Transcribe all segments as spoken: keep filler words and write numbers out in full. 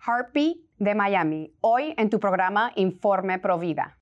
Heartbeat de Miami, hoy en tu programa Informe Provida.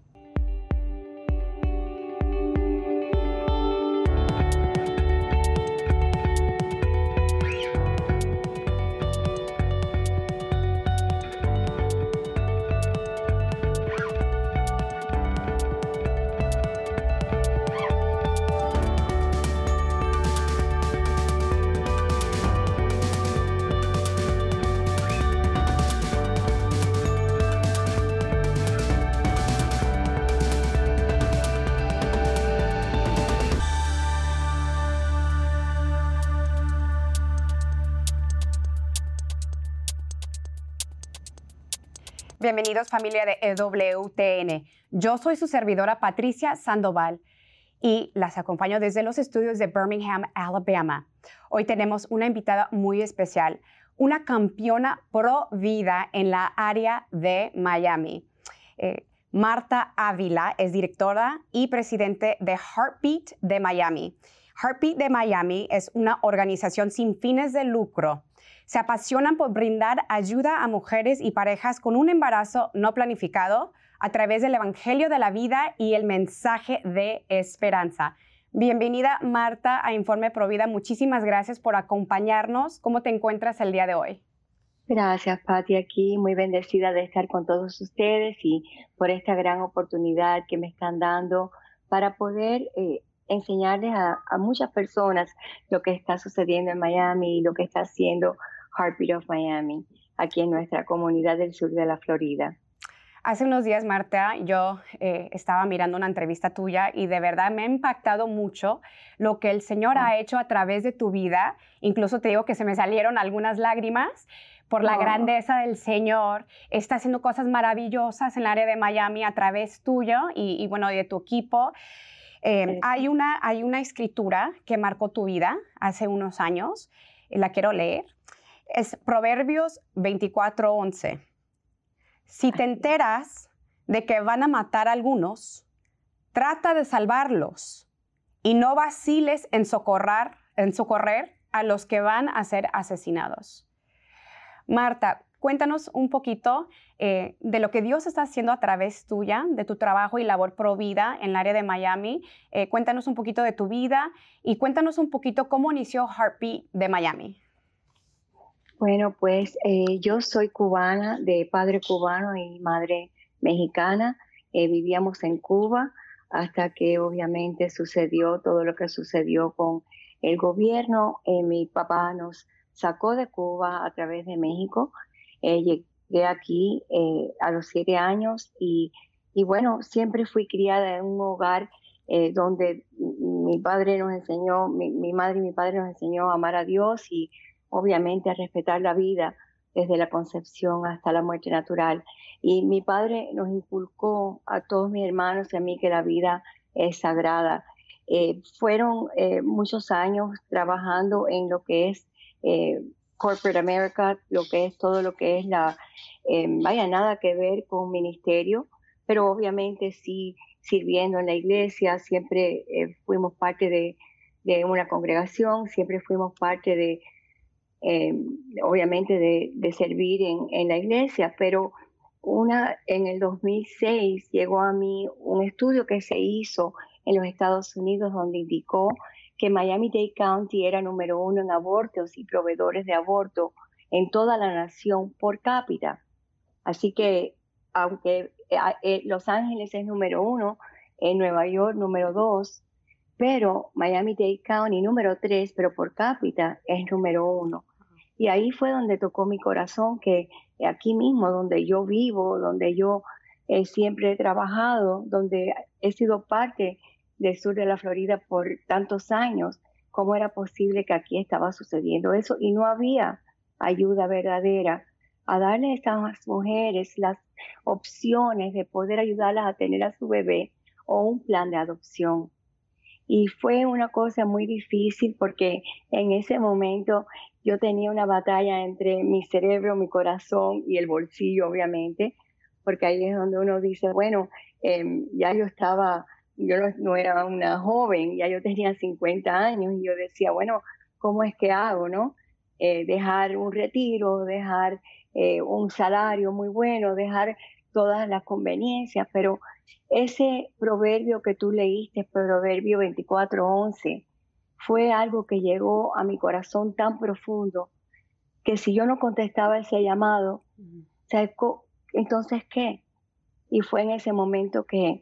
Bienvenidos familia de E W T N. Yo soy su servidora Patricia Sandoval y las acompaño desde los estudios de Birmingham, Alabama. Hoy tenemos una invitada muy especial, una campeona pro vida en la área de Miami. Eh, Marta Ávila es directora y presidente de Heartbeat de Miami. Heartbeat de Miami es una organización sin fines de lucro. Se apasionan por brindar ayuda a mujeres y parejas con un embarazo no planificado a través del Evangelio de la Vida y el mensaje de esperanza. Bienvenida, Marta, a Informe Provida. Muchísimas gracias por acompañarnos. ¿Cómo te encuentras el día de hoy? Gracias, Pati, aquí muy bendecida de estar con todos ustedes y por esta gran oportunidad que me están dando para poder eh, enseñarles a, a muchas personas lo que está sucediendo en Miami y lo que está haciendo Heartbeat of Miami, aquí en nuestra comunidad del sur de la Florida. Hace unos días, Marta, yo eh, estaba mirando una entrevista tuya y de verdad me ha impactado mucho lo que el Señor oh. ha hecho a través de tu vida. Incluso te digo que se me salieron algunas lágrimas por la oh. grandeza del Señor. Está haciendo cosas maravillosas en el área de Miami a través tuyo y, y bueno, de tu equipo. Eh, sí. hay, una, hay una escritura que marcó tu vida hace unos años. La quiero leer. Es Proverbios veinticuatro once. Si te enteras de que van a matar a algunos, trata de salvarlos y no vaciles en socorrer, en socorrer a los que van a ser asesinados. Marta, cuéntanos un poquito eh, de lo que Dios está haciendo a través tuya, de tu trabajo y labor pro vida en el área de Miami. Eh, cuéntanos un poquito de tu vida y cuéntanos un poquito cómo inició Heartbeat de Miami. Bueno, pues eh, yo soy cubana, de padre cubano y madre mexicana. Eh, vivíamos en Cuba hasta que obviamente sucedió todo lo que sucedió con el gobierno. Eh, mi papá nos sacó de Cuba a través de México. Eh, llegué aquí eh, a los siete años y, y bueno, siempre fui criada en un hogar eh, donde mi padre nos enseñó, mi, mi madre y mi padre nos enseñó a amar a Dios y obviamente a respetar la vida desde la concepción hasta la muerte natural. Y mi padre nos inculcó a todos mis hermanos y a mí que la vida es sagrada. Eh, fueron eh, muchos años trabajando en lo que es eh, Corporate America, lo que es todo lo que es la, eh, vaya, nada que ver con ministerio, pero obviamente sí sirviendo en la iglesia, siempre eh, fuimos parte de, de una congregación, siempre fuimos parte de Eh, obviamente de, de servir en, en la iglesia, pero una, en el dos mil seis llegó a mí un estudio que se hizo en los Estados Unidos donde indicó que Miami-Dade County era número uno en abortos y proveedores de aborto en toda la nación por cápita. Así que aunque eh, Los Ángeles es número uno, en Nueva York número dos, pero Miami-Dade County número tres, pero por cápita es número uno. Y ahí fue donde tocó mi corazón, que aquí mismo, donde yo vivo, donde yo eh, siempre he trabajado, donde he sido parte del sur de la Florida por tantos años, ¿cómo era posible que aquí estaba sucediendo eso? Y no había ayuda verdadera a darle a estas mujeres las opciones de poder ayudarlas a tener a su bebé o un plan de adopción. Y fue una cosa muy difícil porque en ese momento yo tenía una batalla entre mi cerebro, mi corazón y el bolsillo, obviamente, porque ahí es donde uno dice, bueno, eh, ya yo estaba, yo no, no era una joven, ya yo tenía cincuenta años y yo decía, bueno, ¿cómo es que hago, no? eh, dejar un retiro, dejar eh, un salario muy bueno, dejar todas las conveniencias, pero ese proverbio que tú leíste, Proverbio veinticuatro once, fue algo que llegó a mi corazón tan profundo que si yo no contestaba ese llamado, Ujú. o sea, co- entonces, ¿qué? Y fue en ese momento que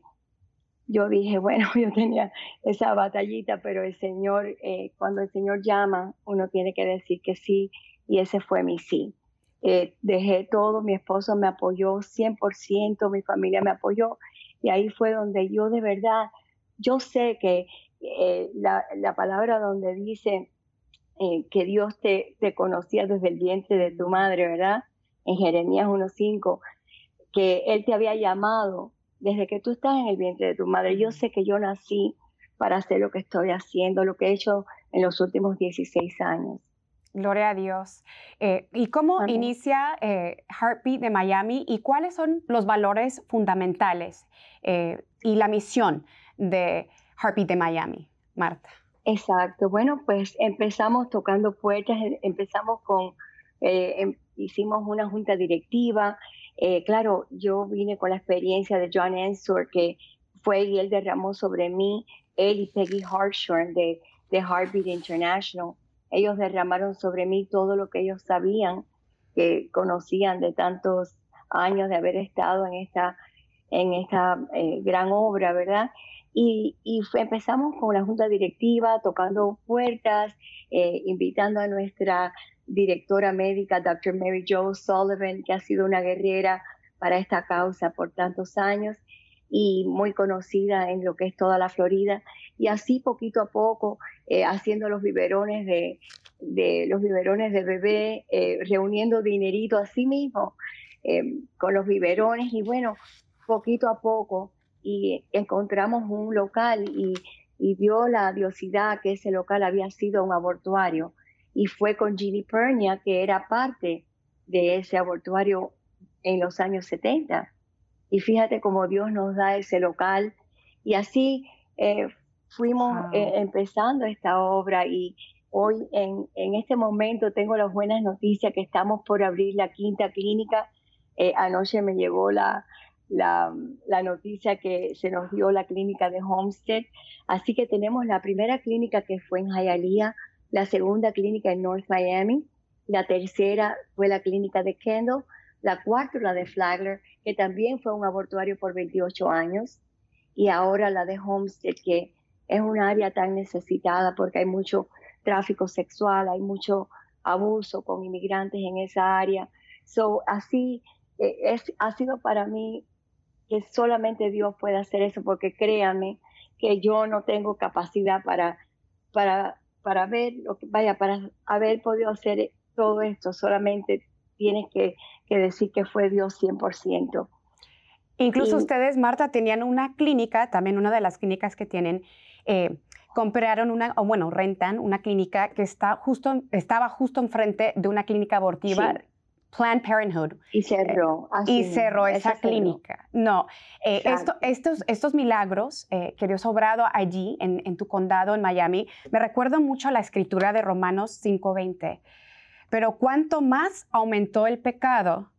yo dije, bueno, yo tenía esa batallita, pero el Señor, eh, cuando el Señor llama, uno tiene que decir que sí, y ese fue mi sí. Eh, dejé todo, mi esposo me apoyó cien por ciento, mi familia me apoyó, y ahí fue donde yo de verdad, yo sé que eh, la, la palabra donde dice eh, que Dios te, te conocía desde el vientre de tu madre, ¿verdad? En Jeremías uno cinco, que Él te había llamado desde que tú estás en el vientre de tu madre. Yo sé que yo nací para hacer lo que estoy haciendo, lo que he hecho en los últimos dieciséis años. Gloria a Dios. Eh, ¿y cómo Amén. inicia eh, Heartbeat de Miami y cuáles son los valores fundamentales eh, y la misión de Heartbeat de Miami, Marta? Exacto. Bueno, pues empezamos tocando puertas, em- empezamos con, eh, em- hicimos una junta directiva. Eh, claro, yo vine con la experiencia de John Ensor, que fue y él derramó sobre mí, él y Peggy Hartshorn de, de Heartbeat International. Ellos derramaron sobre mí todo lo que ellos sabían, que conocían de tantos años de haber estado en esta, en esta eh, gran obra, ¿verdad? Y, y fue- empezamos con la junta directiva, tocando puertas, eh, invitando a nuestra directora médica, doctor Mary Jo Sullivan, que ha sido una guerrera para esta causa por tantos años y muy conocida en lo que es toda la Florida. Y así poquito a poco, eh, haciendo los biberones de, de los biberones de bebé, eh, reuniendo dinerito así mismo eh, con los biberones y bueno, poquito a poco y encontramos un local y, y vio la diosidad que ese local había sido un abortuario. Y fue con Ginny Pernia, que era parte de ese abortuario en los años setenta. Y fíjate cómo Dios nos da ese local. Y así eh, fuimos eh, Wow. empezando esta obra y hoy en, en este momento tengo las buenas noticias que estamos por abrir la quinta clínica. Eh, anoche me llegó la, la, la noticia que se nos dio la clínica de Homestead. Así que tenemos la primera clínica que fue en Hialeah, la segunda clínica en North Miami, la tercera fue la clínica de Kendall, la cuarta la de Flagler, que también fue un abortuario por veintiocho años, y ahora la de Homestead, que es un área tan necesitada porque hay mucho tráfico sexual, hay mucho abuso con inmigrantes en esa área. So, así eh, es, ha sido para mí que solamente Dios puede hacer eso, porque créanme que yo no tengo capacidad para, para, para ver, lo que, vaya, para haber podido hacer todo esto, solamente tienes que, que decir que fue Dios cien por ciento. Incluso Y ustedes, Marta, tenían una clínica, también una de las clínicas que tienen, eh, compraron una, o bueno, rentan una clínica que está justo, estaba justo enfrente de una clínica abortiva, sí, Planned Parenthood, y eh, cerró, y así cerró mismo, esa esa cerró. clínica. No, eh, esto, Exacto. estos, estos milagros eh, que Dios ha obrado allí, en, en tu condado, en Miami, me recuerdo mucho a la escritura de Romanos cinco veinte. Pero cuanto más aumentó el pecado,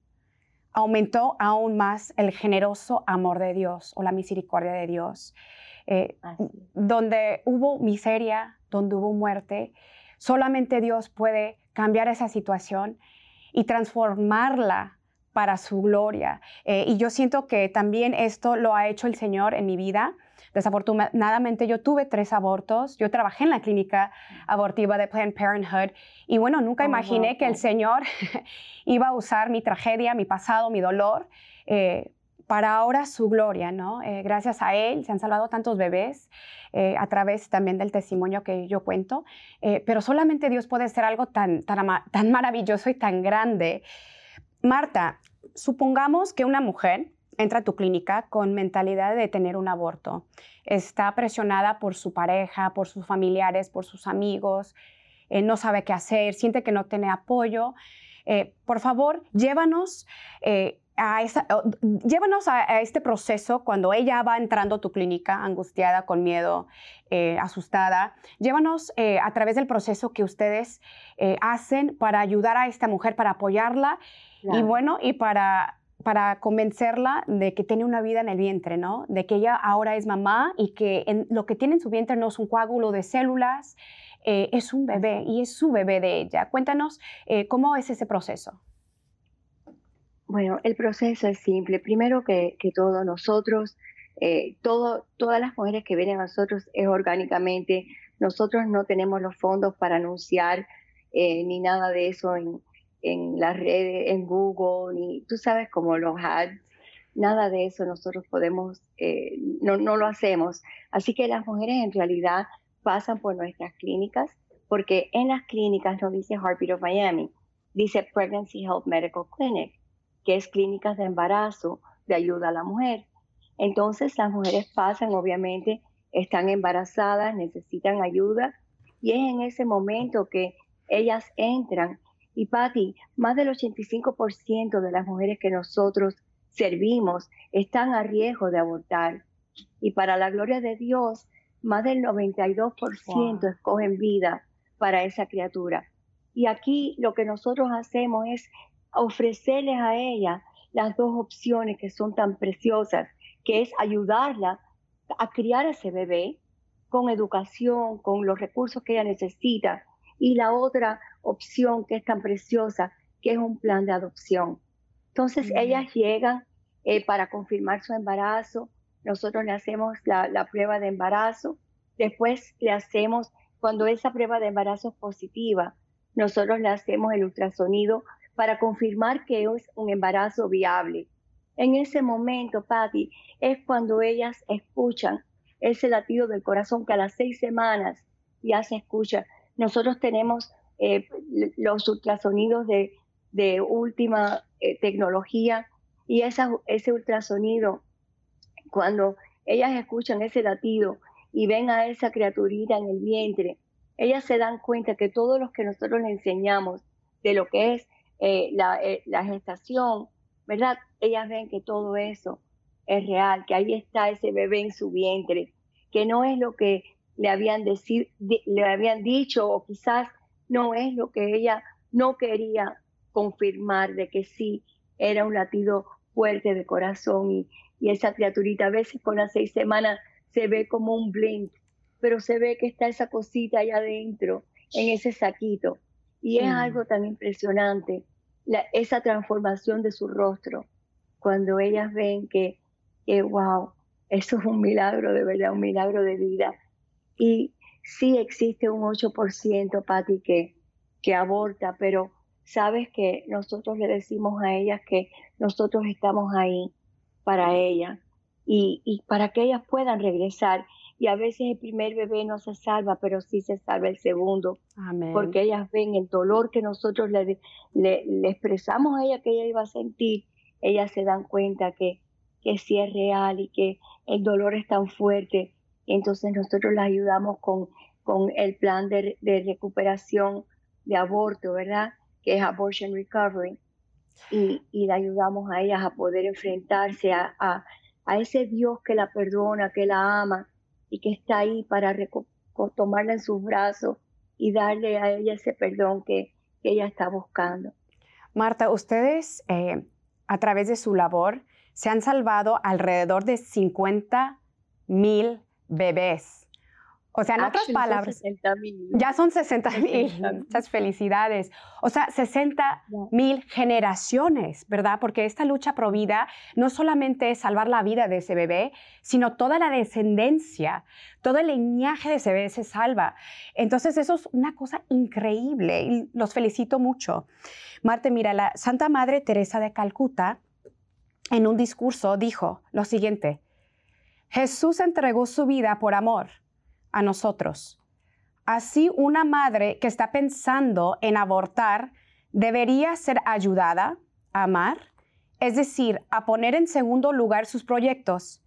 aumentó aún más el generoso amor de Dios o la misericordia de Dios. Eh, Así. donde hubo miseria, donde hubo muerte, solamente Dios puede cambiar esa situación y transformarla para su gloria. Eh, y yo siento que también esto lo ha hecho el Señor en mi vida. Desafortunadamente yo tuve tres abortos, yo trabajé en la clínica abortiva de Planned Parenthood y bueno, nunca Oh, imaginé que el wow. Señor iba a usar mi tragedia, mi pasado, mi dolor, eh, para ahora su gloria, ¿no? Eh, gracias a Él se han salvado tantos bebés eh, a través también del testimonio que yo cuento, eh, pero solamente Dios puede hacer algo tan, tan, tan maravilloso y tan grande. Marta, supongamos que una mujer entra a tu clínica con mentalidad de tener un aborto. Está presionada por su pareja, por sus familiares, por sus amigos, eh, no sabe qué hacer, siente que no tiene apoyo. Eh, por favor, llévanos, eh, a, esa, uh, llévanos a, a este proceso cuando ella va entrando a tu clínica, angustiada, con miedo, eh, asustada. Llévanos eh, a través del proceso que ustedes eh, hacen para ayudar a esta mujer, para apoyarla, claro. y bueno, y para... para convencerla de que tiene una vida en el vientre, ¿no? De que ella ahora es mamá y que en, lo que tiene en su vientre no es un coágulo de células, eh, es un bebé y es su bebé de ella. Cuéntanos, eh, ¿cómo es ese proceso? Bueno, el proceso es simple. Primero que, que todo, nosotros, eh, todo, todas las mujeres que vienen a nosotros es orgánicamente. Nosotros no tenemos los fondos para anunciar eh, ni nada de eso en, en las redes, en Google, ni tú sabes, como los ads, nada de eso nosotros podemos, eh, no, no lo hacemos. Así que las mujeres en realidad pasan por nuestras clínicas, porque en las clínicas no dice Heartbeat of Miami, dice Pregnancy Health Medical Clinic, que es clínicas de embarazo, de ayuda a la mujer. Entonces las mujeres pasan, obviamente, están embarazadas, necesitan ayuda, y es en ese momento que ellas entran. Y Patti, más del ochenta y cinco por ciento de las mujeres que nosotros servimos están a riesgo de abortar. Y para la gloria de Dios, más del noventa y dos por ciento wow. escogen vida para esa criatura. Y aquí lo que nosotros hacemos es ofrecerles a ella las dos opciones que son tan preciosas, que es ayudarla a criar a ese bebé con educación, con los recursos que ella necesita, y la otra opción que es tan preciosa, que es un plan de adopción. Entonces, mm. ellas llegan eh, para confirmar su embarazo, nosotros le hacemos la, la prueba de embarazo, después le hacemos, cuando esa prueba de embarazo es positiva, nosotros le hacemos el ultrasonido para confirmar que es un embarazo viable. En ese momento, Patti, es cuando ellas escuchan ese latido del corazón que a las seis semanas ya se escucha. Nosotros tenemos eh, los ultrasonidos de, de última eh, tecnología, y esa, ese ultrasonido, cuando ellas escuchan ese latido y ven a esa criaturita en el vientre, ellas se dan cuenta que todo lo que nosotros les enseñamos de lo que es eh, la, eh, la gestación, ¿verdad? Ellas ven que todo eso es real, que ahí está ese bebé en su vientre, que no es lo que le habían, decir, de, le habían dicho, o quizás no es lo que ella no quería confirmar, de que sí era un latido fuerte de corazón, y, y esa criaturita a veces con las seis semanas se ve como un blink, pero se ve que está esa cosita allá adentro, en ese saquito, y es mm. algo tan impresionante, la, esa transformación de su rostro, cuando ellas ven que, que, wow, eso es un milagro de verdad, un milagro de vida. Y sí existe un ocho por ciento, Patti, que, que aborta, pero sabes que nosotros le decimos a ellas que nosotros estamos ahí para ellas, y, y para que ellas puedan regresar. Y a veces el primer bebé no se salva, pero sí se salva el segundo. Amén. Porque ellas ven el dolor que nosotros le, le, le expresamos a ella que ella iba a sentir. Ellas se dan cuenta que, que sí es real y que el dolor es tan fuerte. Entonces nosotros las ayudamos con, con el plan de, de recuperación de aborto, ¿verdad? Que es Abortion Recovery. Y, y le ayudamos a ellas a poder enfrentarse a, a, a ese Dios que la perdona, que la ama, y que está ahí para tomarla en sus brazos y darle a ella ese perdón que, que ella está buscando. Marta, ustedes eh, a través de su labor se han salvado alrededor de cincuenta mil bebés. O sea, en Actually, otras palabras, son sesenta mil. Ya son sesenta mil. Muchas felicidades. O sea, sesenta mil generaciones, ¿verdad? Porque esta lucha pro vida no solamente es salvar la vida de ese bebé, sino toda la descendencia, todo el linaje de ese bebé se salva. Entonces, eso es una cosa increíble y los felicito mucho. Marta, mira, la Santa Madre Teresa de Calcuta, en un discurso, dijo lo siguiente: Jesús entregó su vida por amor a nosotros. Así, una madre que está pensando en abortar debería ser ayudada a amar, es decir, a poner en segundo lugar sus proyectos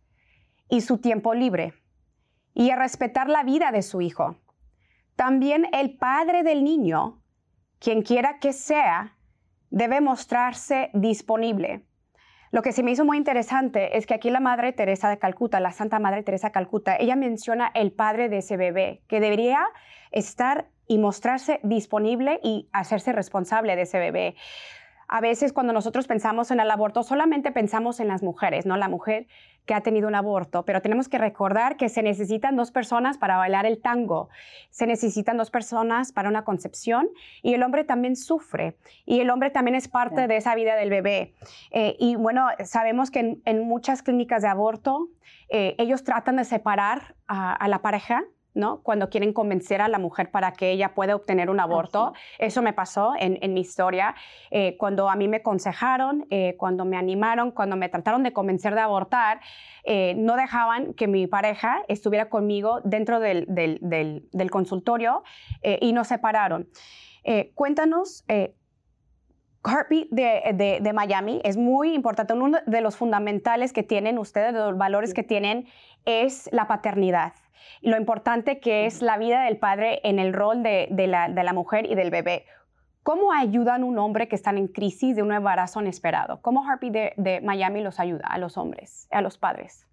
y su tiempo libre, y a respetar la vida de su hijo. También el padre del niño, quien quiera que sea, debe mostrarse disponible. Lo que se me hizo muy interesante es que aquí la Madre Teresa de Calcuta, la Santa Madre Teresa de Calcuta, ella menciona el padre de ese bebé, que debería estar y mostrarse disponible y hacerse responsable de ese bebé. A veces cuando nosotros pensamos en el aborto, solamente pensamos en las mujeres, ¿no? La mujer que ha tenido un aborto, pero tenemos que recordar que se necesitan dos personas para bailar el tango, se necesitan dos personas para una concepción y el hombre también sufre y el hombre también es parte de esa vida del bebé. Eh, y bueno, sabemos que en, en muchas clínicas de aborto eh, ellos tratan de separar a, a la pareja, ¿no? Cuando quieren convencer a la mujer para que ella pueda obtener un aborto. Oh, sí. Eso me pasó en, en mi historia. Eh, cuando a mí me aconsejaron, eh, cuando me animaron, cuando me trataron de convencer de abortar, eh, no dejaban que mi pareja estuviera conmigo dentro del, del, del, del consultorio eh, y nos separaron. Eh, cuéntanos... Eh, Heartbeat de, de, de Miami es muy importante. Uno de los fundamentales que tienen ustedes, de los valores que tienen, es la paternidad. Lo importante que es la vida del padre en el rol de, de, la, de la mujer y del bebé. ¿Cómo ayudan a un hombre que está en crisis de un embarazo inesperado? ¿Cómo Heartbeat de, de Miami los ayuda a los hombres, a los padres?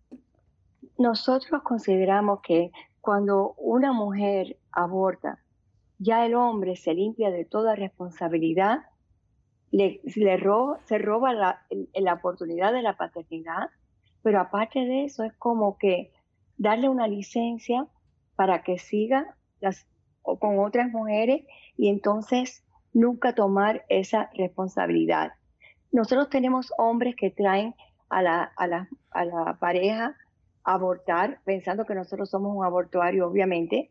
Nosotros consideramos que cuando una mujer aborta, ya el hombre se limpia de toda responsabilidad. Le, le roba, se roba la, la oportunidad de la paternidad, pero aparte de eso es como que darle una licencia para que siga las, o con otras mujeres y entonces nunca tomar esa responsabilidad. Nosotros tenemos hombres que traen a la, a la, a la pareja a abortar, pensando que nosotros somos un abortuario, obviamente,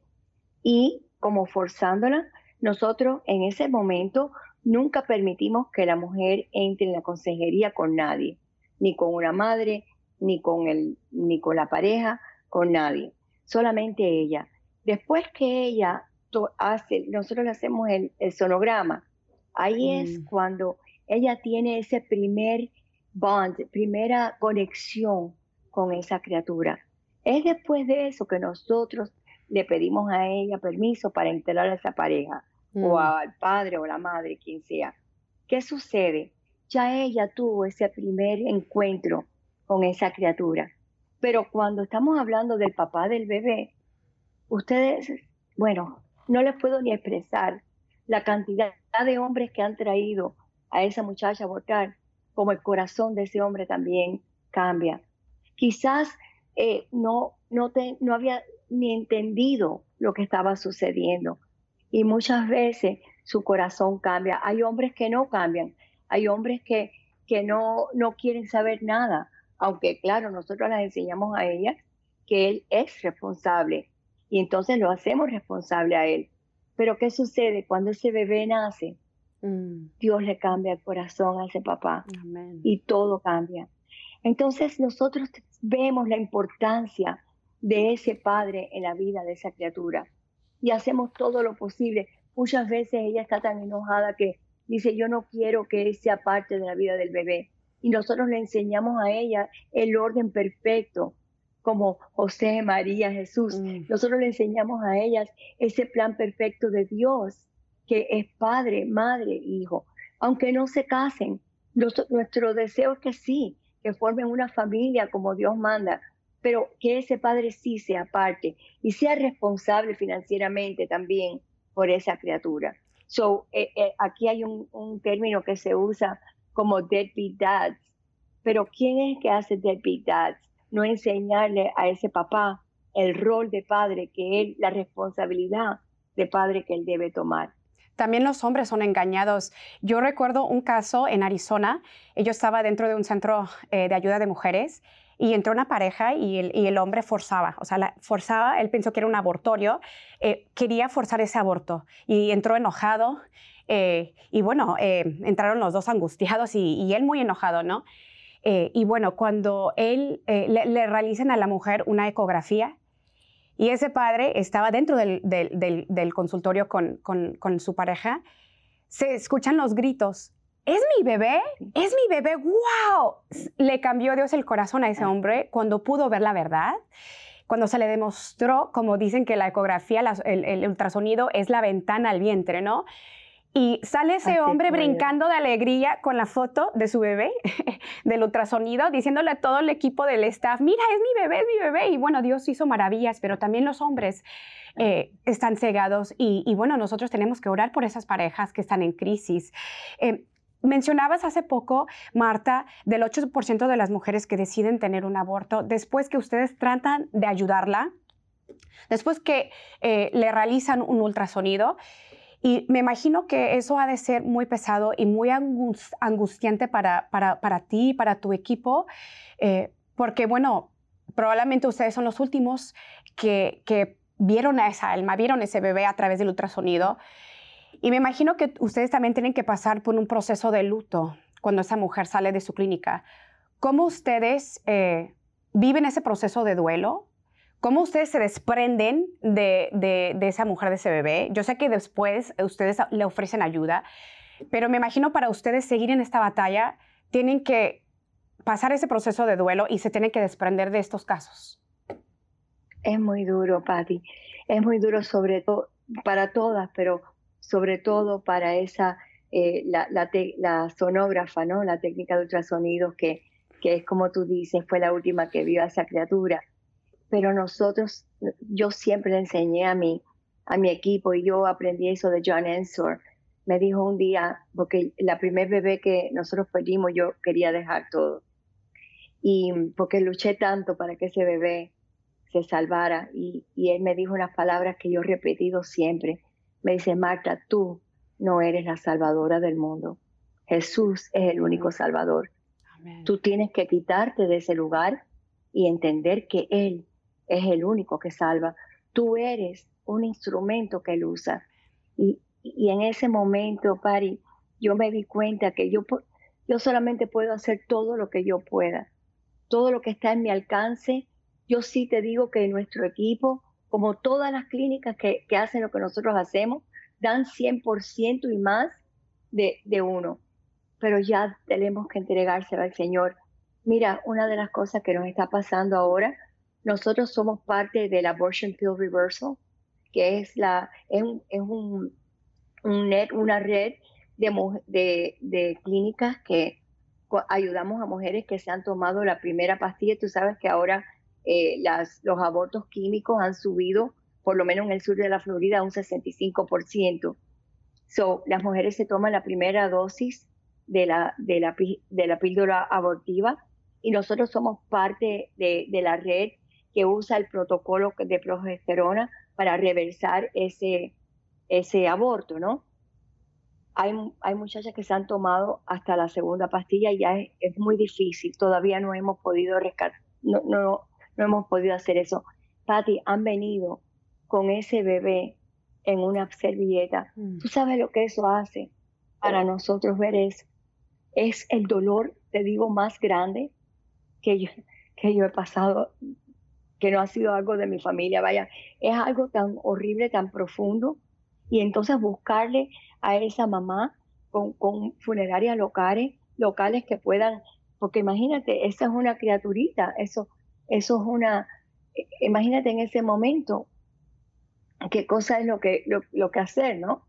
y como forzándola, nosotros en ese momento nunca permitimos que la mujer entre en la consejería con nadie, ni con una madre, ni con, el, ni con la pareja, con nadie, solamente ella. Después que ella hace, nosotros le hacemos el, el sonograma, ahí mm. es cuando ella tiene ese primer bond, primera conexión con esa criatura. Es después de eso que nosotros le pedimos a ella permiso para entrar a esa pareja, mm. o al padre o la madre, quien sea. ¿Qué sucede? Ya ella tuvo ese primer encuentro con esa criatura. Pero cuando estamos hablando del papá del bebé, ustedes, bueno, no les puedo ni expresar la cantidad de hombres que han traído a esa muchacha a abortar, como el corazón de ese hombre también cambia. Quizás eh, no, no, te, no había ni entendido lo que estaba sucediendo y muchas veces su corazón cambia. Hay hombres que no cambian, hay hombres que, que no, no quieren saber nada, aunque claro, nosotros les enseñamos a ellas que él es responsable y entonces lo hacemos responsable a él. Pero ¿qué sucede? Cuando ese bebé nace, mm. Dios le cambia el corazón a ese papá. Amén. Y todo cambia. Entonces nosotros vemos la importancia de ese padre en la vida de esa criatura y hacemos todo lo posible. Muchas veces ella está tan enojada que dice, yo no quiero que él sea parte de la vida del bebé. Y nosotros le enseñamos a ella el orden perfecto, como José, María, Jesús. Mm. Nosotros le enseñamos a ellas ese plan perfecto de Dios, que es padre, madre, hijo. Aunque no se casen, los, nuestro deseo es que sí, que formen una familia como Dios manda, pero que ese padre sí sea parte y sea responsable financieramente también por esa criatura. So, eh, eh, aquí hay un, un término que se usa como deadbeat dads, pero ¿quién es que hace deadbeat dads? No enseñarle a ese papá el rol de padre que él, la responsabilidad de padre que él debe tomar. También los hombres son engañados. Yo recuerdo un caso en Arizona. Yo estaba dentro de un centro eh, de ayuda de mujeres y entró una pareja y el, y el hombre forzaba, o sea, la, forzaba, él pensó que era un abortorio, eh, quería forzar ese aborto y entró enojado eh, y bueno, eh, entraron los dos angustiados y, y él muy enojado, ¿no? Eh, y bueno, cuando él eh, le, le realizan a la mujer una ecografía y ese padre estaba dentro del, del, del, del consultorio con, con, con su pareja, se escuchan los gritos. ¿Es mi bebé? ¿Es mi bebé? ¡Wow! Le cambió Dios el corazón a ese hombre cuando pudo ver la verdad, cuando se le demostró, como dicen que la ecografía, la, el, el ultrasonido es la ventana al vientre, ¿no? Y sale ese Así hombre fue. brincando de alegría con la foto de su bebé, del ultrasonido, diciéndole a todo el equipo del staff, mira, es mi bebé, es mi bebé. Y bueno, Dios hizo maravillas, pero también los hombres eh, están cegados. Y, y bueno, nosotros tenemos que orar por esas parejas que están en crisis. Eh, mencionabas hace poco, Marta, del ocho por ciento de las mujeres que deciden tener un aborto después que ustedes tratan de ayudarla, después que eh, le realizan un ultrasonido. Y me imagino que eso ha de ser muy pesado y muy angustiante para, para, para ti, para tu equipo, eh, porque, bueno, probablemente ustedes son los últimos que, que vieron a esa alma, vieron ese bebé a través del ultrasonido. Y me imagino que ustedes también tienen que pasar por un proceso de luto cuando esa mujer sale de su clínica. ¿Cómo ustedes eh, viven ese proceso de duelo? ¿Cómo ustedes se desprenden de, de, de esa mujer, de ese bebé? Yo sé que después ustedes le ofrecen ayuda, pero me imagino para ustedes seguir en esta batalla, tienen que pasar ese proceso de duelo y se tienen que desprender de estos casos. Es muy duro, Patti. Es muy duro sobre todo para todas, pero sobre todo para esa, eh, la, la, te- la sonógrafa, ¿no? La técnica de ultrasonidos que, que es como tú dices, fue la última que vio a esa criatura. Pero nosotros, yo siempre le enseñé a mi, a mi equipo y yo aprendí eso de John Ensor. Me dijo un día, porque la primer bebé que nosotros perdimos, yo quería dejar todo. Y porque luché tanto para que ese bebé se salvara. Y, y él me dijo unas palabras que yo he repetido siempre. Me dice, Marta, tú no eres la salvadora del mundo. Jesús es el único salvador. Amén. Tú tienes que quitarte de ese lugar y entender que Él es el único que salva. Tú eres un instrumento que Él usa. Y, y en ese momento, Pari, yo me di cuenta que yo, yo solamente puedo hacer todo lo que yo pueda, todo lo que está en mi alcance. Yo sí te digo que nuestro equipo, como todas las clínicas que, que hacen lo que nosotros hacemos, dan cien por ciento y más de, de uno, pero ya tenemos que entregárselo al Señor. Mira, una de las cosas que nos está pasando ahora, nosotros somos parte del Abortion Pill Reversal, que es, la, es, un, es un, un net, una red de, de, de clínicas que ayudamos a mujeres que se han tomado la primera pastilla. Tú sabes que ahora eh, las, los abortos químicos han subido, por lo menos en el sur de la Florida, a un sesenta y cinco por ciento. So, las mujeres se toman la primera dosis de la, de la, de la píldora abortiva y nosotros somos parte de, de la red que usa el protocolo de progesterona para reversar ese, ese aborto, ¿no? Hay, hay muchachas que se han tomado hasta la segunda pastilla y ya es, es muy difícil. Todavía no hemos podido rescatar, no, no, no hemos podido hacer eso. Patti, han venido con ese bebé en una servilleta. Mm. ¿Tú sabes lo que eso hace para nosotros ver eso? Es el dolor, te digo, más grande que yo, que yo he pasado, que no ha sido algo de mi familia. Vaya, es algo tan horrible, tan profundo. Y entonces buscarle a esa mamá con, con funerarias locales, locales que puedan, porque imagínate, esa es una criaturita, eso, eso es una, imagínate en ese momento qué cosa es lo que, lo, lo que hacer, ¿no?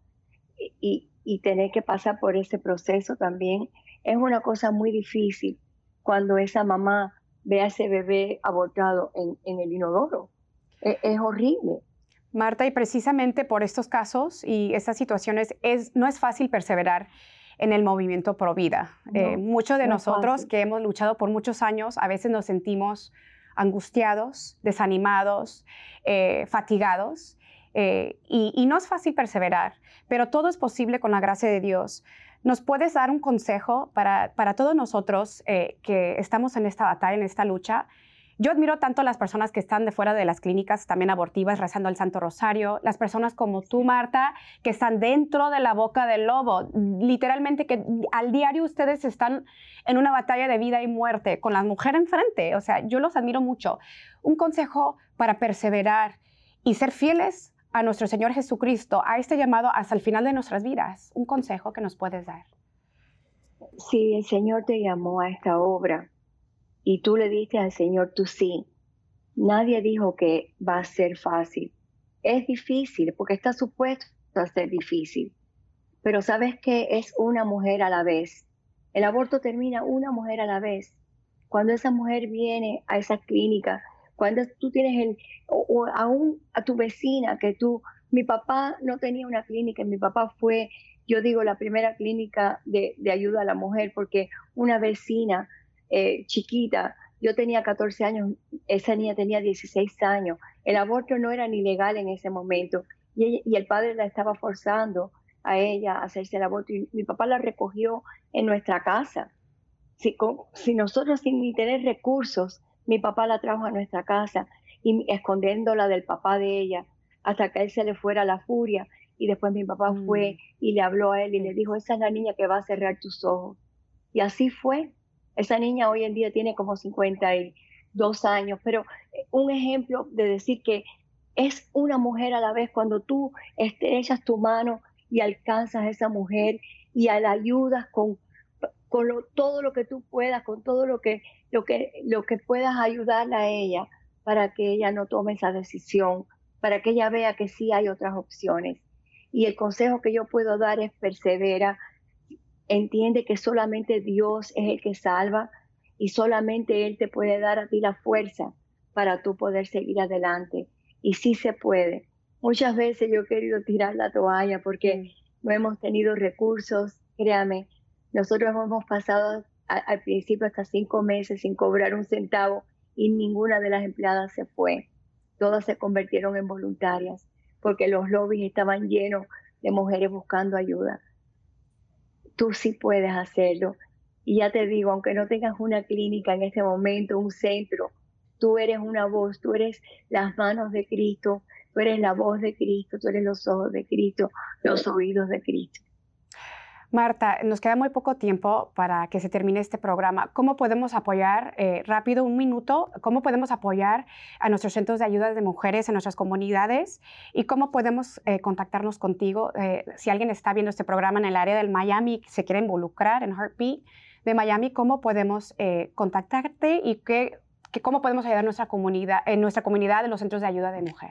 Y, y tener que pasar por ese proceso también es una cosa muy difícil cuando esa mamá ve a ese bebé abortado en, en el inodoro. Es, es horrible. Marta, y precisamente por estos casos y estas situaciones es, no es fácil perseverar en el movimiento pro vida. No, Eh, muchos de no es nosotros fácil. que hemos luchado por muchos años, a veces nos sentimos angustiados, desanimados, eh, fatigados, eh, y, y no es fácil perseverar, pero todo es posible con la gracia de Dios. ¿Nos puedes dar un consejo para, para todos nosotros eh, que estamos en esta batalla, en esta lucha? Yo admiro tanto a las personas que están de fuera de las clínicas también abortivas rezando el Santo Rosario, las personas como tú, Marta, que están dentro de la boca del lobo, literalmente que al diario ustedes están en una batalla de vida y muerte con la mujer enfrente. O sea, yo los admiro mucho. Un consejo para perseverar y ser fieles a nuestro Señor Jesucristo, a este llamado hasta el final de nuestras vidas. Un consejo que nos puedes dar. Si el Señor te llamó a esta obra y tú le diste al Señor tu sí, nadie dijo que va a ser fácil. Es difícil porque está supuesto a ser difícil, pero sabes que es una mujer a la vez. El aborto termina una mujer a la vez. Cuando esa mujer viene a esa clínica, cuando tú tienes el, o, o aún a tu vecina, que tú, mi papá no tenía una clínica, mi papá fue, yo digo, la primera clínica de, de ayuda a la mujer, porque una vecina eh, chiquita, yo tenía catorce años, esa niña tenía dieciséis años, el aborto no era ni legal en ese momento, y, ella, y el padre la estaba forzando a ella a hacerse el aborto, y mi papá la recogió en nuestra casa. Si, con, si nosotros sin ni tener recursos, mi papá la trajo a nuestra casa y escondiéndola del papá de ella hasta que a él se le fuera la furia, y después mi papá Mm. fue y le habló a él y Sí. le dijo, esa es la niña que va a cerrar tus ojos. Y así fue. Esa niña hoy en día tiene como cincuenta y dos años, pero un ejemplo de decir que es una mujer a la vez cuando tú estrechas tu mano y alcanzas a esa mujer y la ayudas con, con lo, todo lo que tú puedas, con todo lo que, lo, que, lo que puedas ayudarla a ella para que ella no tome esa decisión, para que ella vea que sí hay otras opciones. Y el consejo que yo puedo dar es persevera, entiende que solamente Dios es el que salva y solamente Él te puede dar a ti la fuerza para tú poder seguir adelante. Y sí se puede. Muchas veces yo he querido tirar la toalla porque mm. no hemos tenido recursos, créame. Nosotros hemos pasado a, al principio hasta cinco meses sin cobrar un centavo y ninguna de las empleadas se fue. Todas se convirtieron en voluntarias porque los lobbies estaban llenos de mujeres buscando ayuda. Tú sí puedes hacerlo. Y ya te digo, aunque no tengas una clínica en este momento, un centro, tú eres una voz, tú eres las manos de Cristo, tú eres la voz de Cristo, tú eres los ojos de Cristo, los oídos de Cristo. Marta, nos queda muy poco tiempo para que se termine este programa. ¿Cómo podemos apoyar, eh, rápido, un minuto, cómo podemos apoyar a nuestros centros de ayuda de mujeres en nuestras comunidades? ¿Y cómo podemos eh, contactarnos contigo? Eh, si alguien está viendo este programa en el área del Miami, se quiere involucrar en Heartbeat de Miami, ¿cómo podemos eh, contactarte y qué, qué, cómo podemos ayudar a nuestra comunidad, en nuestra comunidad de los centros de ayuda de mujer?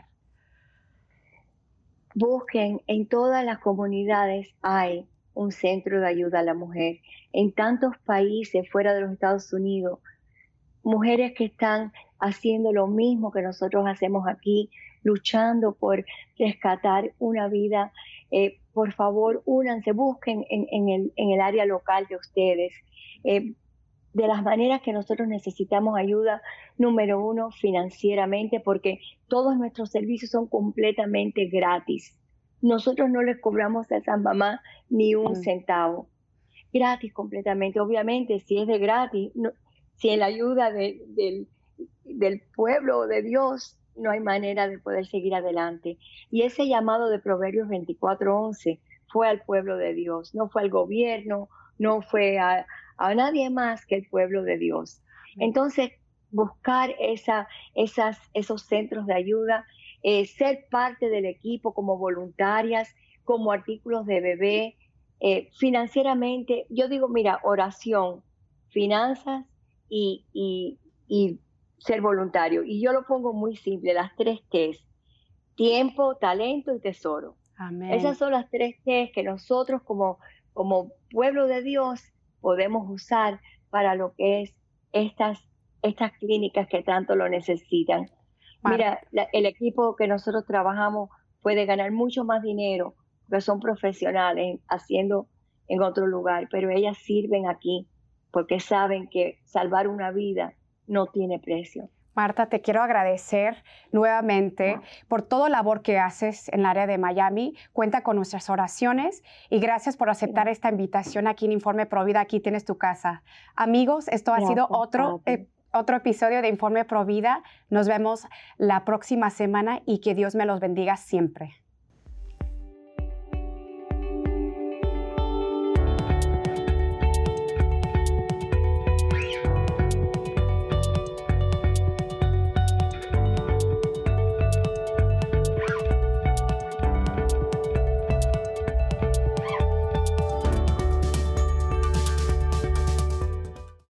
Busquen, en todas las comunidades hay un centro de ayuda a la mujer. En tantos países fuera de los Estados Unidos, mujeres que están haciendo lo mismo que nosotros hacemos aquí, luchando por rescatar una vida. Eh, por favor, únanse, busquen en, en, el, en el área local de ustedes. Eh, de las maneras que nosotros necesitamos ayuda, número uno, financieramente, porque todos nuestros servicios son completamente gratis. Nosotros no les cobramos a esas mamás ni un centavo. Gratis completamente. Obviamente, si es de gratis, no, si en la ayuda de, de, del pueblo o de Dios, no hay manera de poder seguir adelante. Y ese llamado de Proverbios veinticuatro once fue al pueblo de Dios, no fue al gobierno, no fue a, a nadie más que el pueblo de Dios. Entonces, buscar esa, esas, esos centros de ayuda, eh, ser parte del equipo como voluntarias, como artículos de bebé, eh, financieramente, yo digo, mira, oración, finanzas y, y, y ser voluntario. Y yo lo pongo muy simple, las tres T's: tiempo, talento y tesoro. Amén. Esas son las tres T's que nosotros como, como pueblo de Dios podemos usar para lo que es estas, estas clínicas que tanto lo necesitan. Mira, la, el equipo que nosotros trabajamos puede ganar mucho más dinero, porque son profesionales haciendo en otro lugar, pero ellas sirven aquí porque saben que salvar una vida no tiene precio. Marta, te quiero agradecer nuevamente por toda la labor que haces en el área de Miami. Cuenta con nuestras oraciones y gracias por aceptar esta invitación aquí en Informe Provida. Aquí tienes tu casa. Amigos, esto ha sido otro, eh, otro episodio de Informe Provida. Nos vemos la próxima semana y que Dios me los bendiga siempre.